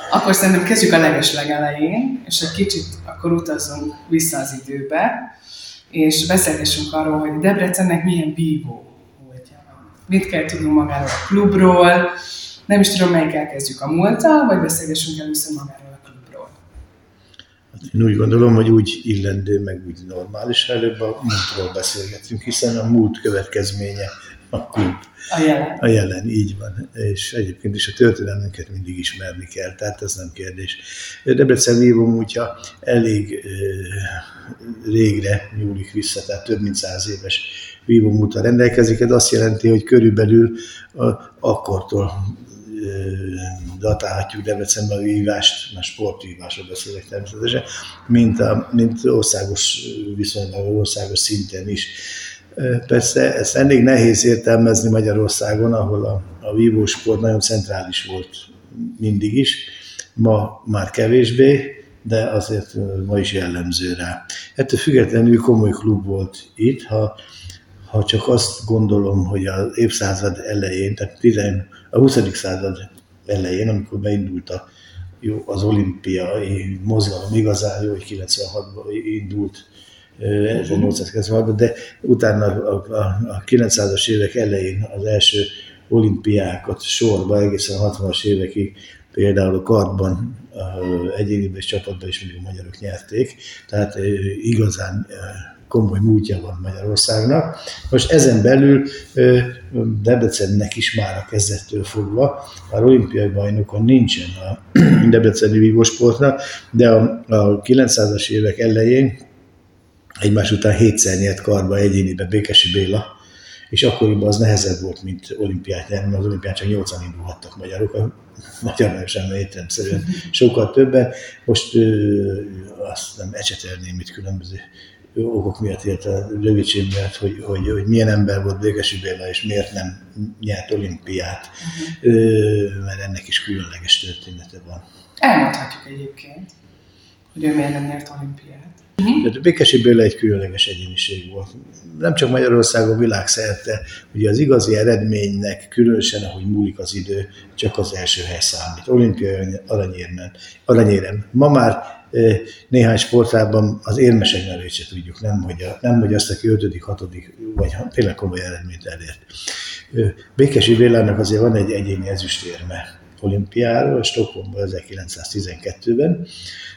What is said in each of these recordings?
Akkor szerintem kezdjük a legelején, és egy kicsit akkor utazzunk vissza az időbe, és beszélgessünk arról, hogy Debrecennek milyen vívó voltja. Mit kell tudnunk magáról a klubról, nem is tudom, melyikkel kezdjük a múlttal, vagy beszélgessünk először magáról a klubról. Én úgy gondolom, hogy úgy illendő, meg úgy normális, előbb a múltról beszélgetünk, hiszen a múlt következménye a klub. A jelen, így van. És egyébként is a történelmünket mindig ismerni kell, tehát ez nem kérdés. Debrecen vívómúltja elég régre nyúlik vissza, tehát több mint 100 éves vívómúlttal rendelkezik. Ez azt jelenti, hogy körülbelül akkortól datálhatjuk Debrecenben a vívást, már sportvívásról beszélek természetesen, mint országos viszonylag, országos szinten is. Persze ezt elég nehéz értelmezni Magyarországon, ahol a vívósport nagyon centrális volt mindig is, ma már kevésbé, de azért ma is jellemző rá. Ettől függetlenül komoly klub volt itt, ha csak azt gondolom, hogy az évszázad elején, tehát a 20. század elején, amikor beindult az olimpiai mozgalom, igazán jó, hogy 96-ban indult, 1896-ban, de utána a 900-as évek elején az első olimpiákat sorba, egészen a 60-as évekig például a kardban, egyéniben és csapatban is mindig a magyarok nyerték, tehát igazán komoly múltja van Magyarországnak. Most ezen belül Debrecennek is már a kezdettől fogva, már olimpiai bajnoka nincsen a debreceni vívósportnak, de a 900-as évek elején egymás után 7-szer nyert karba egyénibe Békesi Béla, és akkoriban az nehezebb volt, mint olimpiát nyerni, mert az olimpián csak 8-an indulhattak magyarok, a magyar sem értelemszerűen sokkal többen. Most azt nem ecsetelném itt különböző okok miatt, illetve rövidség miatt, hogy milyen ember volt Békesi Béla, és miért nem nyert olimpiát, mert ennek is különleges története van. Elmondhatjuk egyébként, hogy ő miért nem nyert olimpiát. Tehát Békesi Béla egy különleges egyéniség volt. Nem csak Magyarországon, világszerte, ugye az igazi eredménynek, különösen ahogy múlik az idő, csak az első hely számít. Olimpiai aranyérem. Ma már néhány sportágban az érmesek nevét se tudjuk, nem hogy azt, aki 5., 6. vagy tényleg komoly eredményt elért. Békesi Bélának azért van egy egyéni ezüstérme olimpiáról, Stockholmban 1912-ben.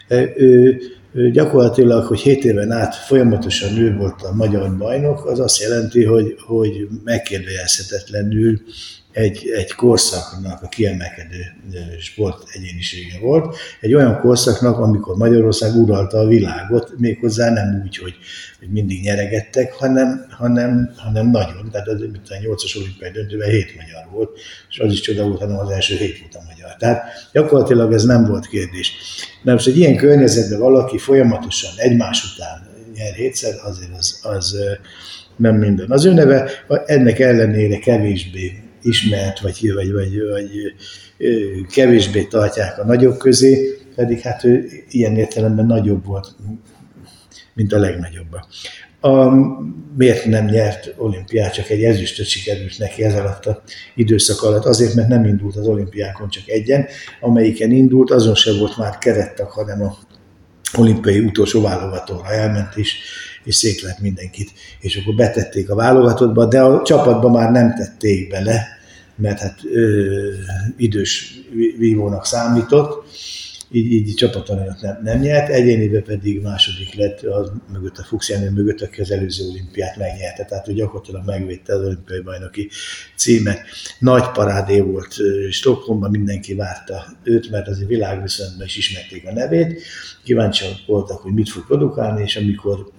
Gyakorlatilag, hogy 7 éven át folyamatosan ő volt a magyar bajnok, az azt jelenti, hogy megkérdőjelezhetetlenül egy korszaknak a kiemelkedő sport egyénisége volt. Egy olyan korszaknak, amikor Magyarország uralta a világot, méghozzá nem úgy, hogy mindig nyeregettek, hanem nagyon. Tehát az 8-as olimpiai döntőben 7 magyar volt, és az is csoda volt, hanem az első 7 volt a magyar. Tehát gyakorlatilag ez nem volt kérdés. Na most egy ilyen környezetben valaki folyamatosan egymás után nyer 7-szer, azért az nem minden. Az ő neve ennek ellenére kevésbé ismert, vagy kevésbé tartják a nagyok közé, pedig hát ő ilyen értelemben nagyobb volt, mint a legnagyobb. Miért nem nyert olimpiát, csak egy ezüstöt sikerült neki ez alatt az időszak alatt? Azért, mert nem indult az olimpiákon csak egyen, amelyiken indult, azon sem volt már kerettag, hanem a olimpiai utolsó válogatóra elment is, és szétlett mindenkit, és akkor betették a válogatottba, de a csapatba már nem tették bele, mert hát idős vívónak számított, így csapataranyat nem nyert, egyéniben pedig második lett, az mögött a Fuchs Jenő mögött, aki az előző olimpiát megnyerte, tehát hogy gyakorlatilag megvédte az olimpiai bajnoki címet. Nagy parádé volt Stockholmban, mindenki várta őt, mert azért világviszonyban is ismerték a nevét, kíváncsiak voltak, hogy mit fog produkálni, és amikor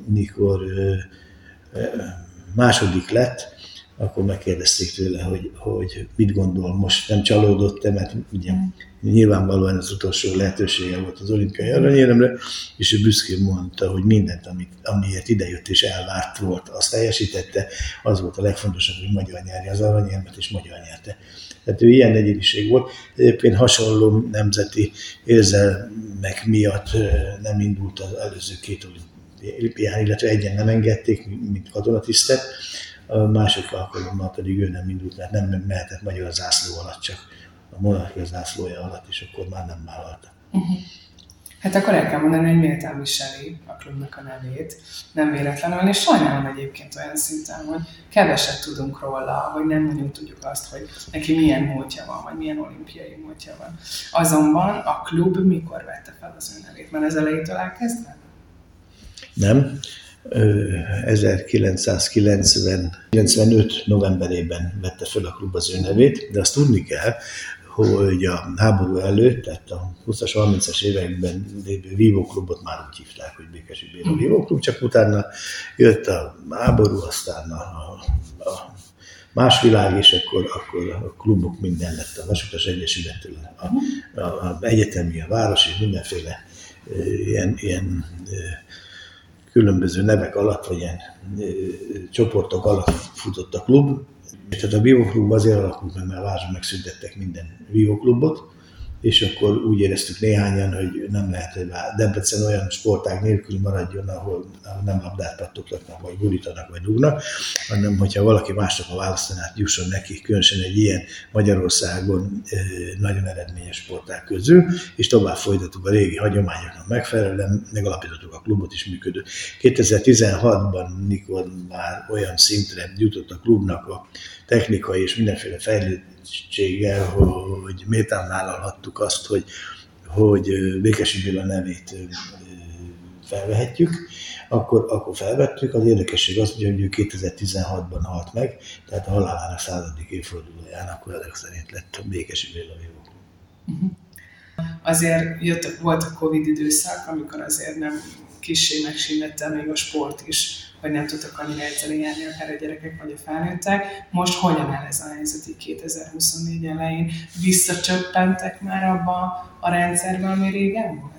második lett, akkor megkérdezték tőle, hogy mit gondol, most nem csalódott-e, mert ugye nyilvánvalóan az utolsó lehetősége volt az olimpiai aranyéremre, és ő büszkén mondta, hogy mindent, amiért idejött és elvárt volt, azt teljesítette, az volt a legfontosabb, hogy magyar nyerje az aranyérmet, és magyar nyerte. Tehát ő ilyen egyéniség volt. Egyébként hasonló nemzeti érzelmek miatt nem indult az előző 2 olimpián, illetve egyen nem engedték, mint katonatisztet, a második alkalommal pedig ő nem indult, mert nem mehetett magyar zászló alatt, csak a monarchia zászlója alatt, és akkor már nem vállalta. Hát akkor el kell mondani, hogy méltán viseli a klubnak a nevét, nem véletlenül, és sajnálom egyébként olyan szinten, hogy keveset tudunk róla, vagy nem nagyon tudjuk azt, hogy neki milyen múltja van, vagy milyen olimpiai múltja van. Azonban a klub mikor vette fel az ő nevét? Már az elejétől elkezdve? Nem. 1995. novemberében vette fel a klub az ő nevét, de azt tudni kell, hogy a háború előtt, tehát a 20-as, 30-as években lévő vívóklubot már úgy hívták, hogy Békesi Béla vívóklub, csak utána jött a háború, aztán a más világ, és akkor a klubok minden lett a Vasutas Egyesülettől, a egyetemi, a város, és mindenféle ilyen különböző nevek alatt, vagy ilyen csoportok alatt futott a klub. Tehát a vívóklub azért alakult meg, mert Vázson megszüntettek minden vívóklubot, és akkor úgy éreztük néhányan, hogy nem lehet, hogy Debrecen olyan sportág nélkül maradjon, ahol nem labdát pattogtatnak, vagy gurítanak, vagy rúgnak, hanem hogyha valaki másnak a választanát jusson neki, különösen egy ilyen Magyarországon nagyon eredményes sportág közül, és tovább folytattuk a régi hagyományoknak megfelelően, megalapítottuk a klubot is működő. 2016-ban, mikor már olyan szintre jutott a klubnak a technikai és mindenféle fejlettséggel, hogy méltán vállalhattuk azt, hogy Békesi Béla nevét felvehetjük, akkor felvettük. Az érdekesség az, hogy ő 2016-ban halt meg, tehát a halálának 100. évfordulóján, akkor ezek szerint lett a Békesi Béla vívóklub. Azért volt a Covid időszak, amikor azért nem kissé megsínlette még a sport is, hogy nem tudtak annyira egyszerűen járni akár a gyerekek vagy a felnőttek. Most hogyan áll ez a helyzet így 2024 elején? Visszacsöppentek már abba a rendszerbe, ami régen volt?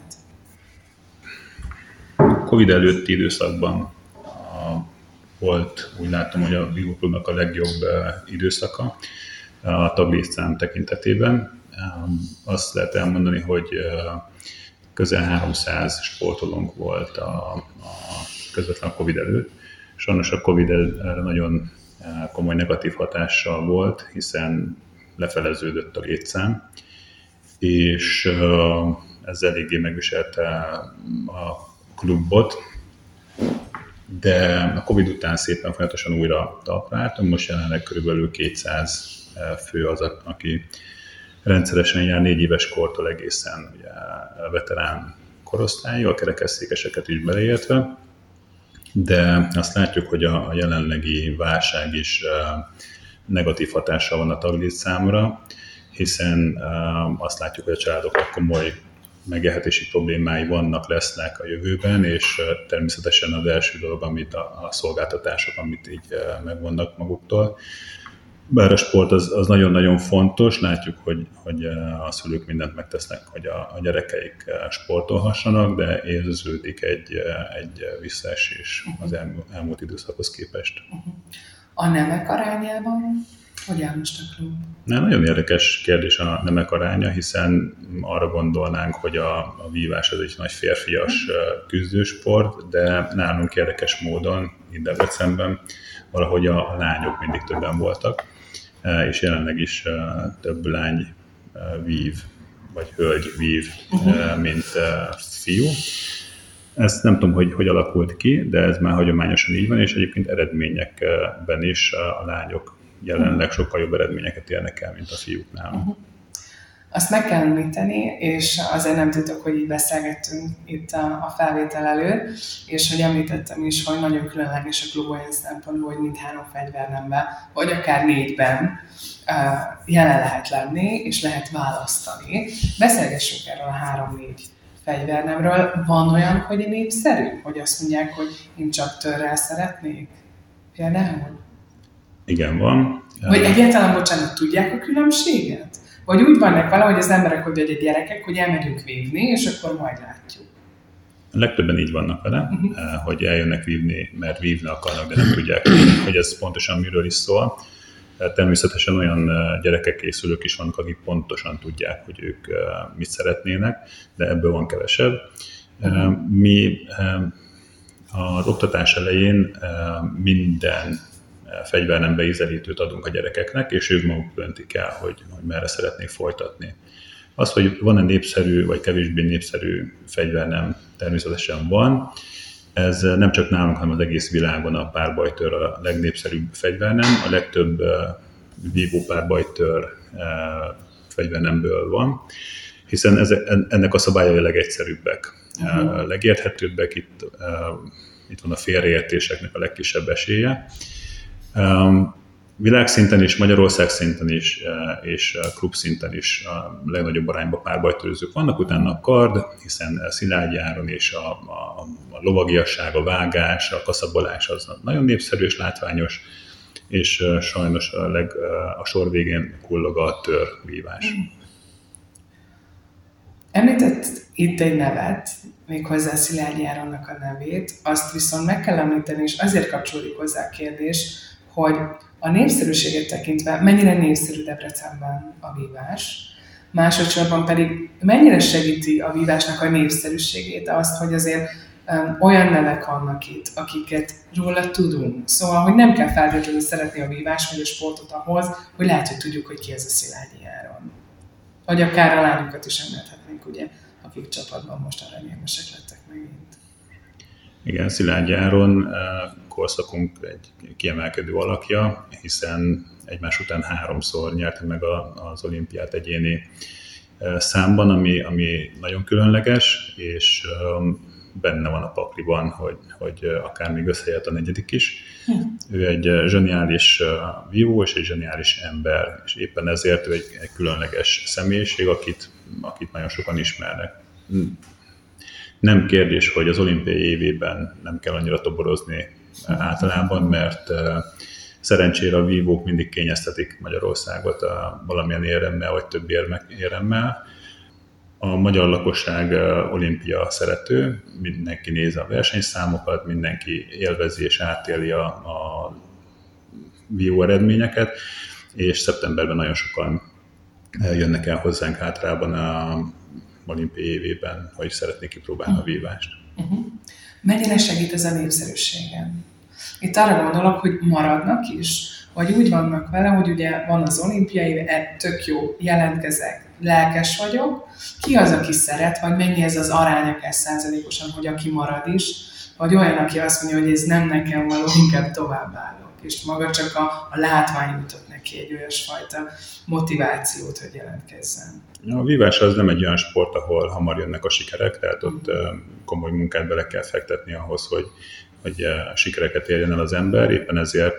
Covid előtti időszakban volt, úgy látom, hogy a vívóklubnak a legjobb időszaka a taglétszám tekintetében. Azt lehet elmondani, hogy közel 300 sportolónk volt a közvetlen a Covid előtt. Sajnos a Covid erre nagyon komoly negatív hatással volt, hiszen lefeleződött a létszám, és ez eléggé megviselte a klubot, de a Covid után szépen folyamatosan újra talpra álltunk. Most jelenleg körülbelül 200 fő az, aki rendszeresen jár 4 éves kortól egészen ugye, veterán korosztályú, a kerekesszékeseket is beleértve, de azt látjuk, hogy a jelenlegi válság is negatív hatással van a taglétszámra, hiszen azt látjuk, hogy a családoknak komoly megélhetési problémái vannak, lesznek a jövőben, és természetesen az első dolog, amit a szolgáltatások, amit így megvonnak maguktól. Bár a sport az nagyon-nagyon fontos, látjuk, hogy a szülők mindent megtesznek, hogy a gyerekeik sportolhassanak, de érződik egy visszaesés az elmúlt időszakhoz képest. A nemek arányában hogy áll most a klub? Nagyon érdekes kérdés a nemek aránya, hiszen arra gondolnánk, hogy a vívás az egy nagy férfias küzdősport, de nálunk érdekes módon, itt Debrecenben, valahogy a lányok mindig többen voltak, és jelenleg is több lány vív, vagy hölgy vív, mint fiú. Ezt nem tudom, hogy alakult ki, de ez már hagyományosan így van, és egyébként eredményekben is a lányok jelenleg sokkal jobb eredményeket érnek el, mint a fiúknál. Azt meg kell említeni, és azért nem titok, hogy így beszélgettünk itt a felvétel előtt, és hogy említettem is, hogy nagyon különleges a klub olyan szempontból, hogy mindhárom fegyvernemben, vagy akár 4-ben jelen lehet lenni, és lehet választani. Beszélgessünk erről a 3-4 fegyvernemről. Van olyan, hogy népszerű? Hogy azt mondják, hogy én csak törrel szeretnék? Például? Igen, van. Vagy egyáltalán, bocsánat, tudják a különbséget? Vagy úgy vannak vele, hogy az emberek, vagy a gyerekek, hogy elmegyünk vívni, és akkor majd látjuk. A legtöbben így vannak vele, hogy eljönnek vívni, mert vívni akarnak, de nem tudják, hogy ez pontosan miről is szól. Természetesen olyan gyerekek és szülők is vannak, akik pontosan tudják, hogy ők mit szeretnének, de ebből van kevesebb. Mi az oktatás elején minden fegyvernembe ízelítőt adunk a gyerekeknek, és ők maguk döntik el, hogy merre szeretnék folytatni. Az, hogy van-e népszerű vagy kevésbé népszerű fegyvernem, természetesen van. Ez nem csak nálunk, hanem az egész világon a párbajtőr a legnépszerűbb fegyvernem. A legtöbb vívó párbajtőr fegyvernemből van, hiszen ennek a szabályai a legegyszerűbbek, legérthetőbbek, itt van a félreértéseknek a legkisebb esélye. Világszinten is, Magyarország szinten is, és klub szinten is a legnagyobb arányban párbajtőrözők vannak, utána a kard, hiszen Szilágyi Áron és a lovagiasság, a vágás, a kaszabolás az nagyon népszerű és látványos, és sajnos a sor végén kullog a törvívás. Említett itt egy nevet, méghozzá Szilágyi Áronnak a nevét, azt viszont meg kell említeni, és azért kapcsolódik hozzá a kérdés, hogy a népszerűséget tekintve mennyire népszerű Debrecenben a vívás, másodszorban pedig mennyire segíti a vívásnak a népszerűségét azt, hogy azért olyan nevek vannak itt, akiket róla tudunk. Szóval, hogy nem kell feltétlenül szeretni a vívás vagy a sportot ahhoz, hogy lehet, hogy tudjuk, hogy ki ez a Szilágyi Áron. Vagy akár a lányokat is említhetnénk, ugye, akik csapatban most aranyérmesek lettek megint. Igen, Szilágyi Áron korszakunk egy kiemelkedő alakja, hiszen egymás után 3-szor nyerte meg az olimpiát egyéni számban, ami nagyon különleges, és benne van a pakliban, hogy akár még összejött a 4. is. Ő egy zseniális vívó és egy zseniális ember, és éppen ezért ő egy különleges személyiség, akit nagyon sokan ismernek. Nem kérdés, hogy az olimpiai évében nem kell annyira toborozni általában, mert szerencsére a vívók mindig kényeztetik Magyarországot valamilyen éremmel, vagy több éremmel. A magyar lakosság olimpia szerető, mindenki nézi a versenyszámokat, mindenki élvezi és átéli a vívó eredményeket, és szeptemberben nagyon sokan jönnek el hozzánk általában a olimpiai évében, hogy szeretnék kipróbálni a vívást. Mennyire segít ez a népszerűségen? Itt arra gondolok, hogy maradnak is, vagy úgy vannak vele, hogy ugye van az olimpiai, tök jó, jelentkezek, lelkes vagyok, ki az, aki szeret, vagy mennyi ez az arány akár százalékosan, hogy aki marad is, vagy olyan, aki azt mondja, hogy ez nem nekem való, inkább továbbállok, és maga csak a látvány jutott neki egy olyasfajta motivációt, hogy jelentkezzen. A vívás az nem egy olyan sport, ahol hamar jönnek a sikerek, tehát ott komoly munkát bele kell fektetni ahhoz, hogy sikereket érjen el az ember, éppen ezért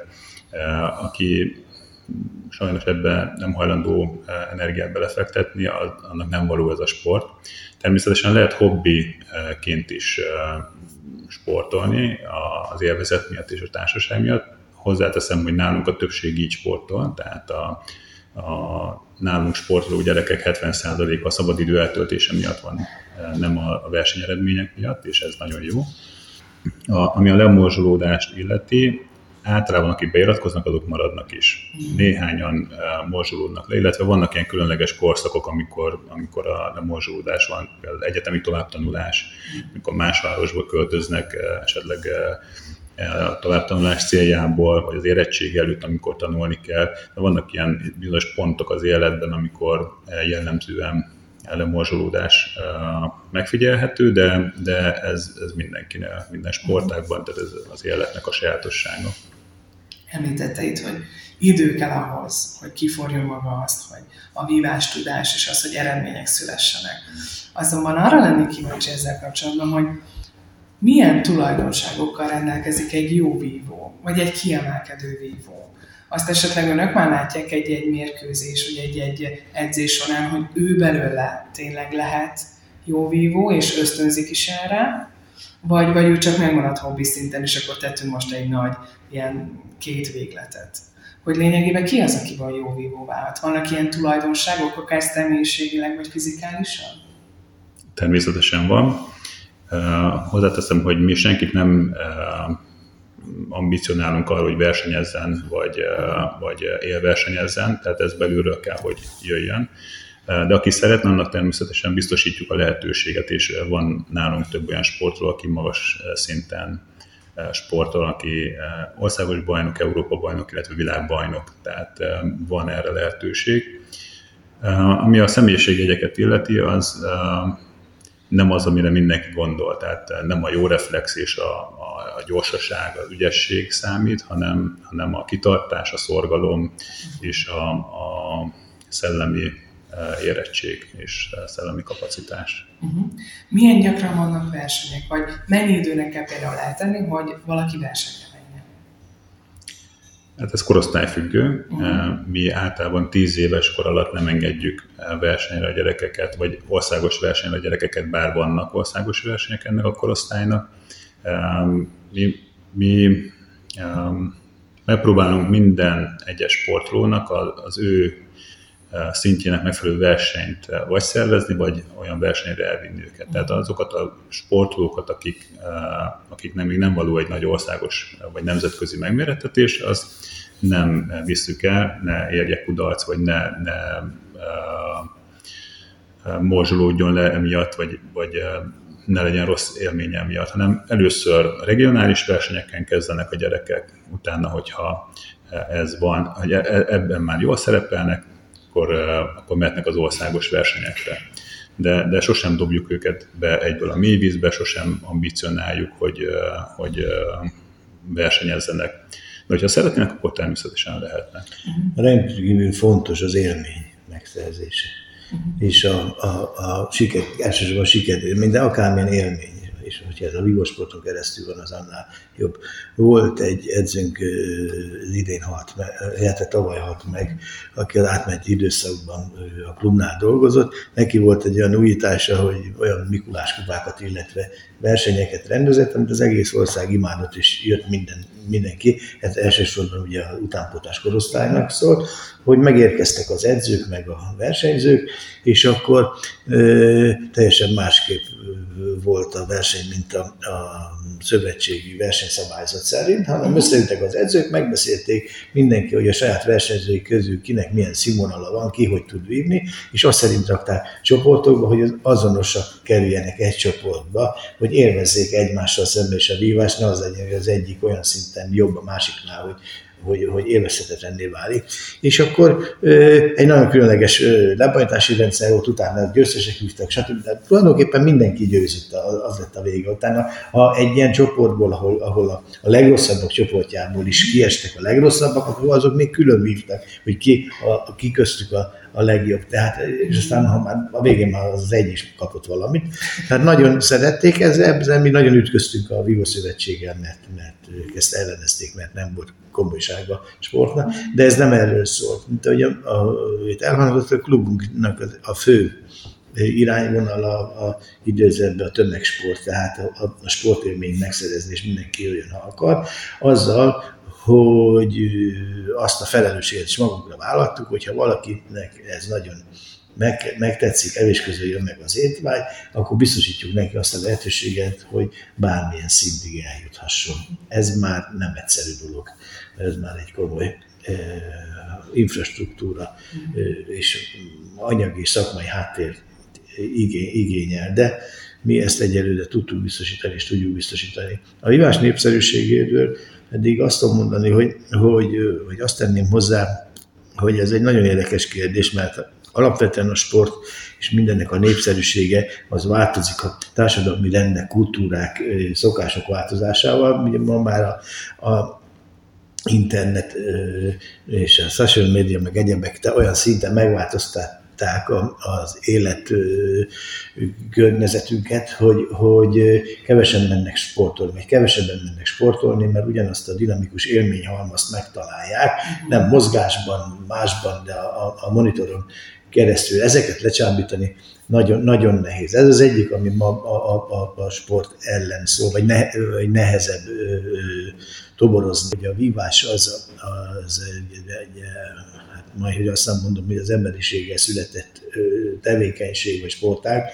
aki sajnos ebben nem hajlandó energiát belefektetni, annak nem való ez a sport. Természetesen lehet hobbiként is sportolni az élvezet miatt és a társaság miatt. Hozzáteszem, hogy nálunk a többség így sportol, tehát a nálunk sportoló gyerekek 70%-a a szabadidő eltöltése miatt van, nem a versenyeredmények miatt, és ez nagyon jó. Ami a lemorzsolódást illeti, általában akik beiratkoznak, azok maradnak is. Néhányan morzsolódnak le, illetve vannak ilyen különleges korszakok, amikor a lemorzsolódás van, például egyetemi továbbtanulás, amikor más városba költöznek, esetleg a továbbtanulás céljából, vagy az érettség előtt, amikor tanulni kell. De vannak ilyen bizonyos pontok az életben, amikor jellemzően lemorzsolódás megfigyelhető, de ez mindenkinek, minden sportágban, tehát ez az életnek a sajátossága. Említette itt, hogy idő kell ahhoz, hogy kiforjon maga azt, hogy a vívástudás és az, hogy eredmények szülessenek. Azonban arra lennék kíváncsi ezzel kapcsolatban, hogy milyen tulajdonságokkal rendelkezik egy jó vívó, vagy egy kiemelkedő vívó. Azt esetleg önök már látják egy mérkőzés, vagy egy edzés során, hogy ő belőle tényleg lehet jó vívó, és ösztönzik is erre, vagy ő csak megmarad hobbi szinten, és akkor tettünk most egy nagy ilyen 2 végletet. Hogy lényegében ki az, aki van jó vívó vált? Vannak ilyen tulajdonságok, akár személyiségileg, vagy fizikálisan? Természetesen van. Hozzáteszem, hogy mi senkit nem ambicionálunk arra, hogy versenyezzen, vagy élversenyezzen, tehát ez belülről kell, hogy jöjjön. De aki szeretne, annak természetesen biztosítjuk a lehetőséget, és van nálunk több olyan sportoló, aki magas szinten sportol, aki országos bajnok, Európa bajnok, illetve világbajnok, tehát van erre lehetőség. Ami a személyiségjegyeket illeti, az nem az, amire mindenki gondol, tehát nem a jó reflex és a gyorsaság, az ügyesség számít, hanem a kitartás, a szorgalom és a szellemi érettség és szellemi kapacitás. Milyen gyakran vannak versenyek, vagy mennyi időnek kell például eltenni, hogy valaki versenyre menjen? Hát ez korosztályfüggő. Mi általában 10 éves kor alatt nem engedjük versenyre a gyerekeket, vagy országos versenyre a gyerekeket, bár vannak országos versenyek ennek a korosztálynak. Mi megpróbálunk minden egyes sportolónak az ő szintjének megfelelő versenyt vagy szervezni, vagy olyan versenyre elvinni őket. Tehát azokat a sportolókat, akiknek még nem való egy nagy országos vagy nemzetközi megmérettetés, az nem visszük el, ne érje kudarc, vagy ne morzsolódjon le emiatt, vagy ne legyen rossz élménye miatt, hanem először regionális versenyeken kezdenek a gyerekek, utána, hogyha ez van, hogy ebben már jól szerepelnek, akkor mehetnek az országos versenyekre. De sosem dobjuk őket be egyből a mélyvízbe, sosem ambicionáljuk, hogy versenyezzenek. De hogyha szeretnének, akkor természetesen lehetnek. Rendkívül fontos az élmény megszerzése. És a siker, elsősorban a sikerélmény, de akármilyen élmény. És hogyha ez a vígósporton keresztül van, az annál jobb. Volt egy edzőnk, idén halt meg, illetve tavaly halt meg, aki az átmeneti időszakban a klubnál dolgozott. Neki volt egy olyan újítása, hogy olyan Mikulás kupákat, illetve versenyeket rendezett, amit az egész ország imádott, és jött mindenki. Ez elsősorban ugye az utánpótlás korosztálynak szólt, hogy megérkeztek az edzők, meg a versenyzők, és akkor teljesen másképp volt a verseny, mint a szövetségi versenyszabályzat szerint, hanem összeültek az edzők, megbeszélték mindenki, hogy a saját versenyzői közül kinek milyen színvonala van, ki hogy tud vívni, és azt szerint rakták csoportokba, hogy azonosak kerüljenek egy csoportba, hogy élvezzék egymással szemben is a vívást, ne az legyen, hogy az egyik olyan szinten jobb a másiknál, hogy élvezhetetlenné válik. És akkor egy nagyon különleges lebajtási rendszer volt, utána győztesek hívtak, stb. De tulajdonképpen mindenki győzött, az lett a vége. Utána, ha egy ilyen csoportból, ahol a legrosszabbak csoportjából is kiestek a legrosszabbak, akkor azok még külön vívtak, hogy ki köztük a legjobb. Tehát, és aztán a végén már az egy is kapott valamit. Tehát nagyon szerették, ezzel mi nagyon ütköztünk a Vívó Szövetséggel, mert ők ezt ellenezték, mert nem volt komolysága sportnak, de ez nem erről szólt. Mint ahogy itt elhangzott, a klubunknak a fő irányvonala időzetben a tömegsport, tehát a sportélményt megszerezni, és mindenki jöjjön, ha akar, azzal, hogy azt a felelősséget is magunkra vállaltuk, hogyha valakinek ez nagyon megtetszik, evés közül jön meg az étvágy, akkor biztosítjuk neki azt a lehetőséget, hogy bármilyen szintig eljuthasson. Ez már nem egyszerű dolog, ez már egy komoly infrastruktúra és anyagi és szakmai háttér igényel, de mi ezt egyelőre tudtuk biztosítani és tudjuk biztosítani. A vívás népszerűségéről eddig azt tudom mondani, hogy azt tenném hozzá, hogy ez egy nagyon érdekes kérdés, mert alapvetően a sport és mindennek a népszerűsége az változik a társadalmi rendek, kultúrák, szokások változásával. Ugye ma már a internet és a social media meg egyebek olyan szinten megváltoztatták az élet környezetünket, hogy kevesen mennek sportolni, vagy kevesebben mennek sportolni, mert ugyanazt a dinamikus élményhalmazt megtalálják, nem mozgásban, másban, de a monitoron keresztül. Ezeket lecsábítani nagyon, nagyon nehéz. Ez az egyik, ami ma a sport ellen szól, vagy nehezebb toborozni. Hogy a vívás az hát majd, hogy azt nem mondom, hogy az emberiséggel született tevékenység vagy sportág,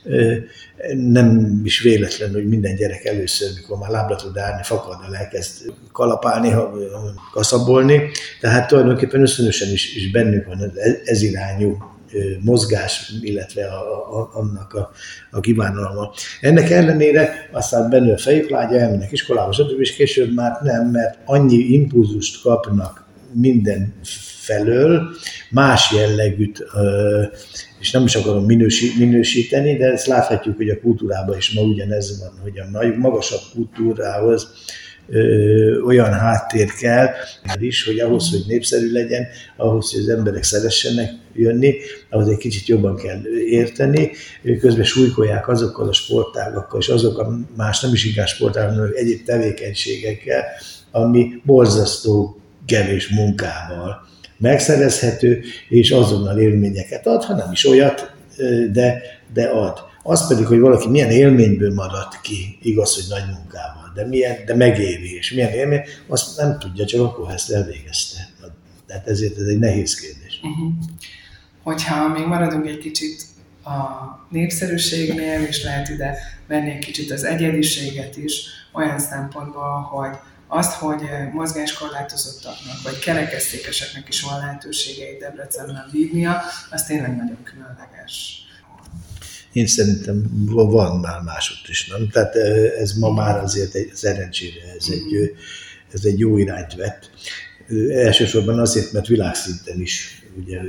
nem is véletlen, hogy minden gyerek először, mikor már lábra tud állni, fakadni, elkezd kalapálni, kaszabolni. Tehát tulajdonképpen ösztönösen is bennünk van ez irányú mozgás, illetve annak a kívánalma. Ennek ellenére aztán benne a fejük lágya, elmennek iskolába, stb. És később már nem, mert annyi impulzust kapnak minden felől, más jellegűt, és nem is akarom minősíteni, de ezt láthatjuk, hogy a kultúrában is ma ugyanez van, hogy a magasabb kultúrához olyan háttér kell is, hogy ahhoz, hogy népszerű legyen, ahhoz, hogy az emberek szeressenek jönni, ahhoz egy kicsit jobban kell érteni, közben súlykolják azokkal a sportágakkal, és azok a más nem is inkább sportágak, hanem egyéb tevékenységekkel, ami borzasztó kevés munkával megszerezhető, és azonnal élményeket ad, ha nem is olyat, de ad. Az pedig, hogy valaki milyen élményből maradt ki, igaz, hogy nagy munkával, de megéri, és milyen élmény, azt nem tudja, csak akkor, ha ezt elvégezte. Tehát ezért ez egy nehéz kérdés. Hogyha még maradunk egy kicsit a népszerűségnél, és lehet ide venni egy kicsit az egyediséget is, olyan szempontból, hogy azt, hogy mozgáskorlátozottaknak, vagy kerekesszékeseknek is van lehetőségeit Debrecenben vívnia, az tényleg nagyon különleges. Én szerintem van már másodt is, nem? Tehát ez ma már azért szerencsére ez egy jó irányt vett. Elsősorban azért, mert világszinten is ugye,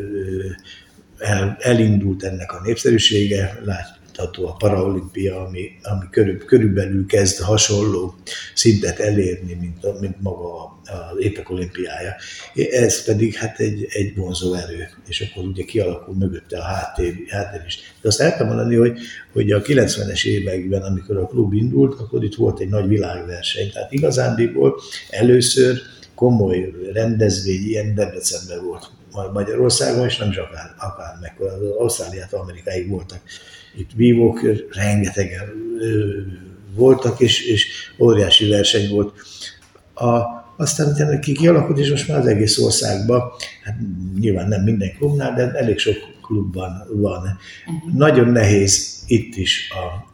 elindult ennek a népszerűsége, látható a paraolimpia, ami körülbelül kezd hasonló szintet elérni, mint maga az épek olimpiája. Ez pedig hát egy vonzó erő, és akkor ugye kialakul mögötte a háttér is. De azt el kell mondani, hogy a 90-es években, amikor a klub indult, akkor itt volt egy nagy világverseny. Tehát igazándiból először komoly rendezvény ilyen Debrecenben volt Magyarországon, és nem is akár mekkora, az Ausztráliától Amerikáig voltak itt vívók, rengetegen voltak, és óriási verseny volt. Aztán kialakult, és most már az egész országban, hát nyilván nem minden klubnál, de elég sok klubban van. Nagyon nehéz itt is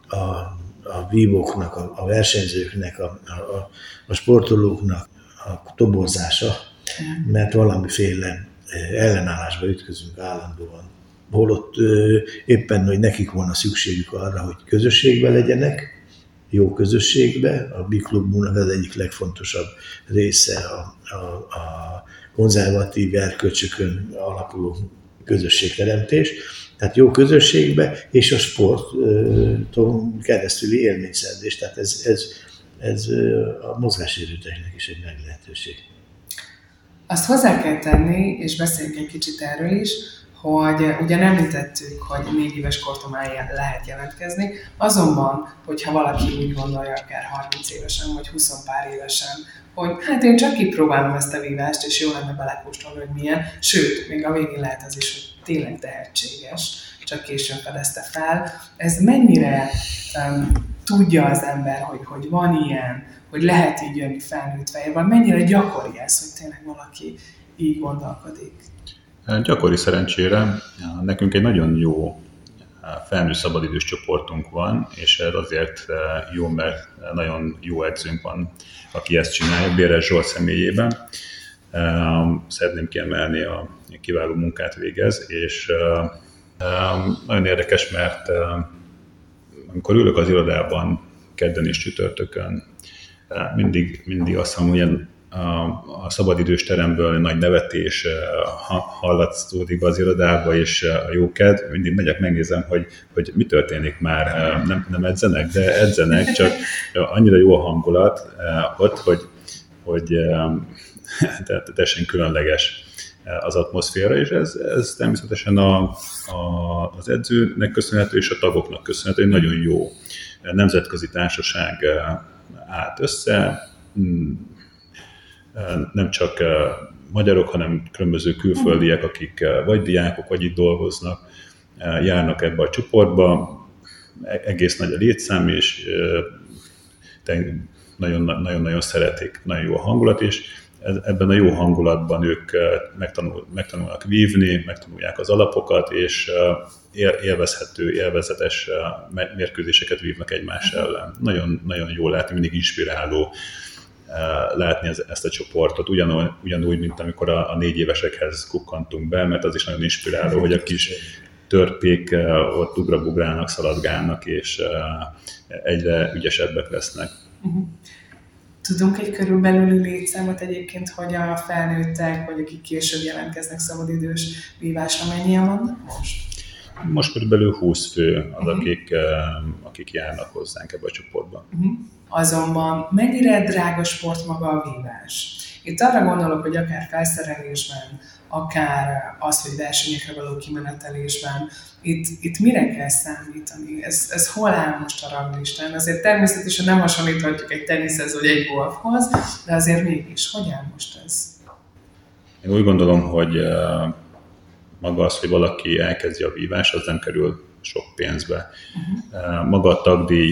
a vívóknak, a versenyzőknek, a sportolóknak a toborzása, mert valamiféle ellenállásba ütközünk állandóan. Holott éppen, hogy nekik volna szükségük arra, hogy közösségben legyenek, jó közösségbe. A mi klubunknak az egyik legfontosabb része a konzervatív erkölcsökön alapuló közösségteremtés. Tehát jó közösségbe, és a sporton keresztüli élményszerzés. Tehát ez a mozgássérülteknek is egy nagy lehetőség. Azt hozzá kell tenni, és beszéljünk egy kicsit erről is, hogy ugye említettük, hogy 4 éves kortomáig lehet jelentkezni, azonban, hogyha valaki úgy gondolja, akár 30 évesen, vagy 20 pár évesen, hogy hát én csak kipróbálom ezt a vívást, és jó lenne belekóstolni, hogy milyen, sőt, még a végén lehet az is, hogy tényleg tehetséges, csak későn fedezte fel. Ez mennyire tudja az ember, hogy van ilyen, hogy lehet így jönni felnőtt fejében, mennyire gyakori ez, hogy tényleg valaki így gondolkodik? Gyakori szerencsére. Nekünk egy nagyon jó felnőtt szabadidős csoportunk van, és ez azért jó, mert nagyon jó edzőnk van, aki ezt csinálja, Béres Zsolt személyében. Szeretném kiemelni, a kiváló munkát végez, és nagyon érdekes, mert amikor ülök az irodában kedden és csütörtökön, mindig azt mondom, hogy a szabadidős teremből nagy nevetés hallatszódik be az irodába, és a jókedv, mindig megyek, megnézem, hogy mi történik már, nem edzenek, de edzenek, csak annyira jó a hangulat ott, hogy teljesen különleges az atmoszféra, és ez természetesen az edzőnek köszönhető, és a tagoknak köszönhető, hogy nagyon jó nemzetközi társaság állt össze, nem csak magyarok, hanem különböző külföldiek, akik vagy diákok, vagy itt dolgoznak, járnak ebbe a csoportba. Egész nagy a létszám, és nagyon-nagyon szeretik, nagyon jó a hangulat, és ebben a jó hangulatban ők megtanulnak vívni, megtanulják az alapokat, és élvezhető, élvezetes mérkőzéseket vívnak egymás ellen. Nagyon, nagyon jól látni, mindig inspiráló látni ezt a csoportot, ugyanúgy, mint amikor a 4 évesekhez kukkantunk be, mert az is nagyon inspiráló, hogy a kis törpék ott ugrabugrálnak, szaladgálnak, és egyre ügyesebbek lesznek. Tudunk egy körülbelüli létszámot egyébként, hogy a felnőttek, vagy akik később jelentkeznek szabadidős vívásra, mennyien vannak most? Most körülbelül 20 fő az, akik járnak hozzánk ebbe a csoportba. Azonban mennyire drága sport maga a vívás? Itt arra gondolok, hogy akár felszerelésben, akár az, hogy versenyekre való kimenetelésben, itt mire kell számítani? Ez hol áll most a ranglistán? Azért természetesen nem hasonlíthatjuk egy teniszhez vagy egy golfhoz, de azért mégis, hogy áll most ez? Én úgy gondolom, hogy maga az, hogy valaki elkezdi a vívást, az nem kerül sok pénzbe. Maga a tagdíj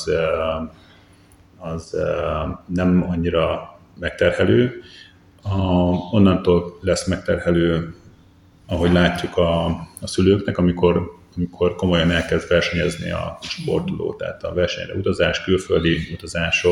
az nem annyira megterhelő. Onnantól lesz megterhelő, ahogy látjuk a szülőknek, amikor komolyan elkezd versenyezni a sportoló. Tehát a versenyre utazás, külföldi utazások,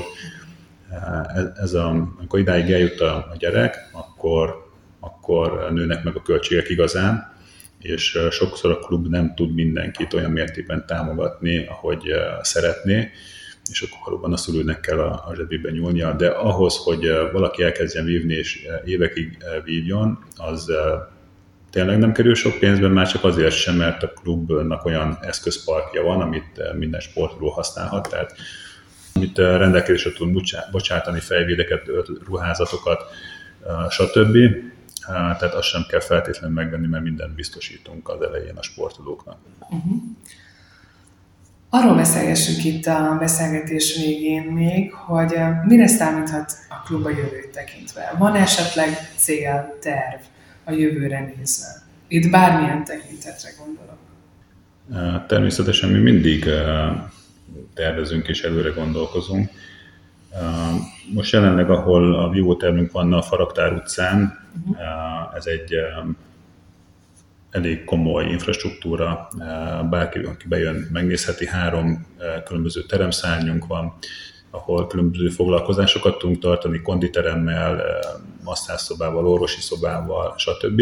amikor idáig eljut a gyerek, akkor nőnek meg a költségek igazán, és sokszor a klub nem tud mindenkit olyan mértékben támogatni, ahogy szeretné, és akkor valóban a szülőnek kell a zsebébe nyúlnia, de ahhoz, hogy valaki elkezdjen vívni és évekig vívjon, az tényleg nem kerül sok pénzben, már csak azért sem, mert a klubnak olyan eszközparkja van, amit minden sportoló használhat, tehát amit rendelkezésre tud bocsátani, fejvédeket, ruházatokat, stb. Tehát azt sem kell feltétlenül megvenni, mert mindent biztosítunk az elején a sportolóknak. Arról beszélgessünk itt a beszélgetés végén még, hogy mire számíthat a klub a jövőt tekintve. Van esetleg cél, terv a jövőre nézve? Itt bármilyen tekintetre gondolok. Természetesen mi mindig tervezünk és előre gondolkozunk. Most jelenleg, ahol a vívótermünk van a Faraktár utcán, ez egy elég komoly infrastruktúra, bárki, aki bejön, megnézheti, 3 különböző teremszárnyunk van, ahol különböző foglalkozásokat tudunk tartani, konditeremmel, masszázszobával, orvosi szobával, stb.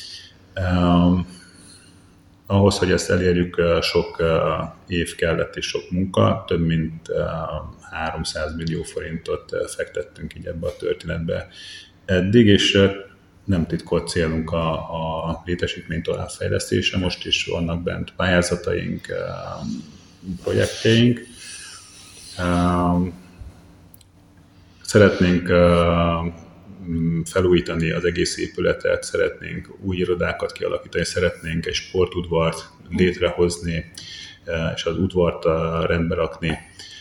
Ahhoz, hogy ezt elérjük, sok év kellett és sok munka, több mint 300 millió forintot fektettünk így ebbe a történetbe eddig, és nem titkolt célunk a létesítmény továbbfejlesztése. Most is vannak bent pályázataink, projektjeink. Szeretnénk felújítani az egész épületet, szeretnénk új irodákat kialakítani, szeretnénk egy sportudvart létrehozni, és az udvart rendbe rakni.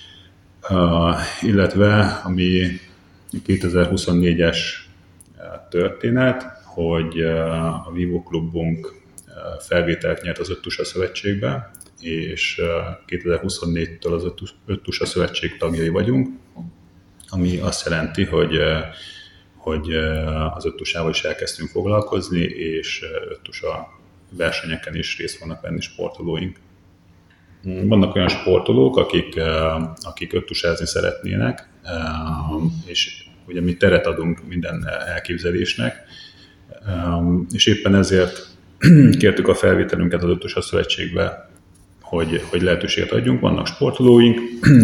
Illetve, ami 2024-es történet, hogy a Vívó Klubunk felvételt nyert az Öttusa Szövetségbe, és 2024-től az Öttusa Szövetség tagjai vagyunk, ami azt jelenti, hogy az Öttusával is elkezdtünk foglalkozni, és Öttusa versenyeken is részt fognak venni sportolóink. Vannak olyan sportolók, akik öttusázni szeretnének, és ugye mi teret adunk minden elképzelésnek, és éppen ezért kértük a felvételünket az Öttusa Szövetségbe, hogy lehetőséget adjunk. Vannak sportolóink,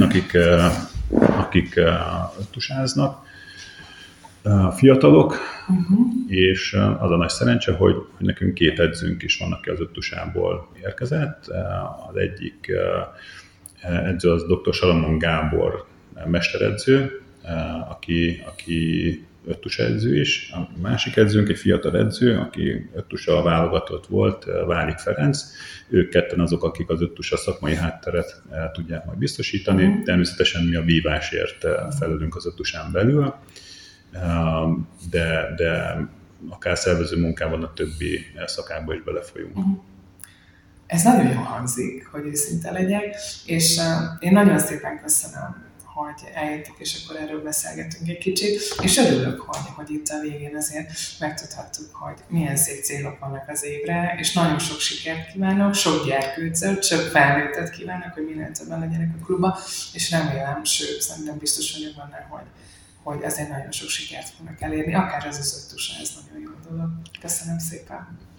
akik öttusáznak, fiatalok, és az a nagy szerencse, hogy nekünk 2 edzőnk is van, aki az Öttusából érkezett. Az egyik edző az dr. Salamon Gábor mesteredző, aki öttusa edző is. A másik edzőnk egy fiatal edző, aki öttusa válogatott volt, Válik Ferenc. Ők ketten azok, akik az öttusa szakmai hátteret tudják majd biztosítani. Természetesen mi a vívásért felelünk az öttusán belül, de akár szervező munkában a többi szakákba is belefolyunk. Ez nagyon jól hangzik, hogy őszinte legyek, és én nagyon szépen köszönöm, hogy eljöttek, és akkor erről beszélgetünk egy kicsit, és örülök, hogy itt a végén azért megtudhattuk, hogy milyen szép célok vannak az évre, és nagyon sok sikert kívánok, sok gyerkőcöt, sok felnőttet kívánok, hogy minél többen legyenek a klubba, és remélem, sőt, szerintem biztos vagyok benne, hogy ezért nagyon sok sikert fognak elérni, akár az összöttusa, ez nagyon jó dolog. Köszönöm szépen!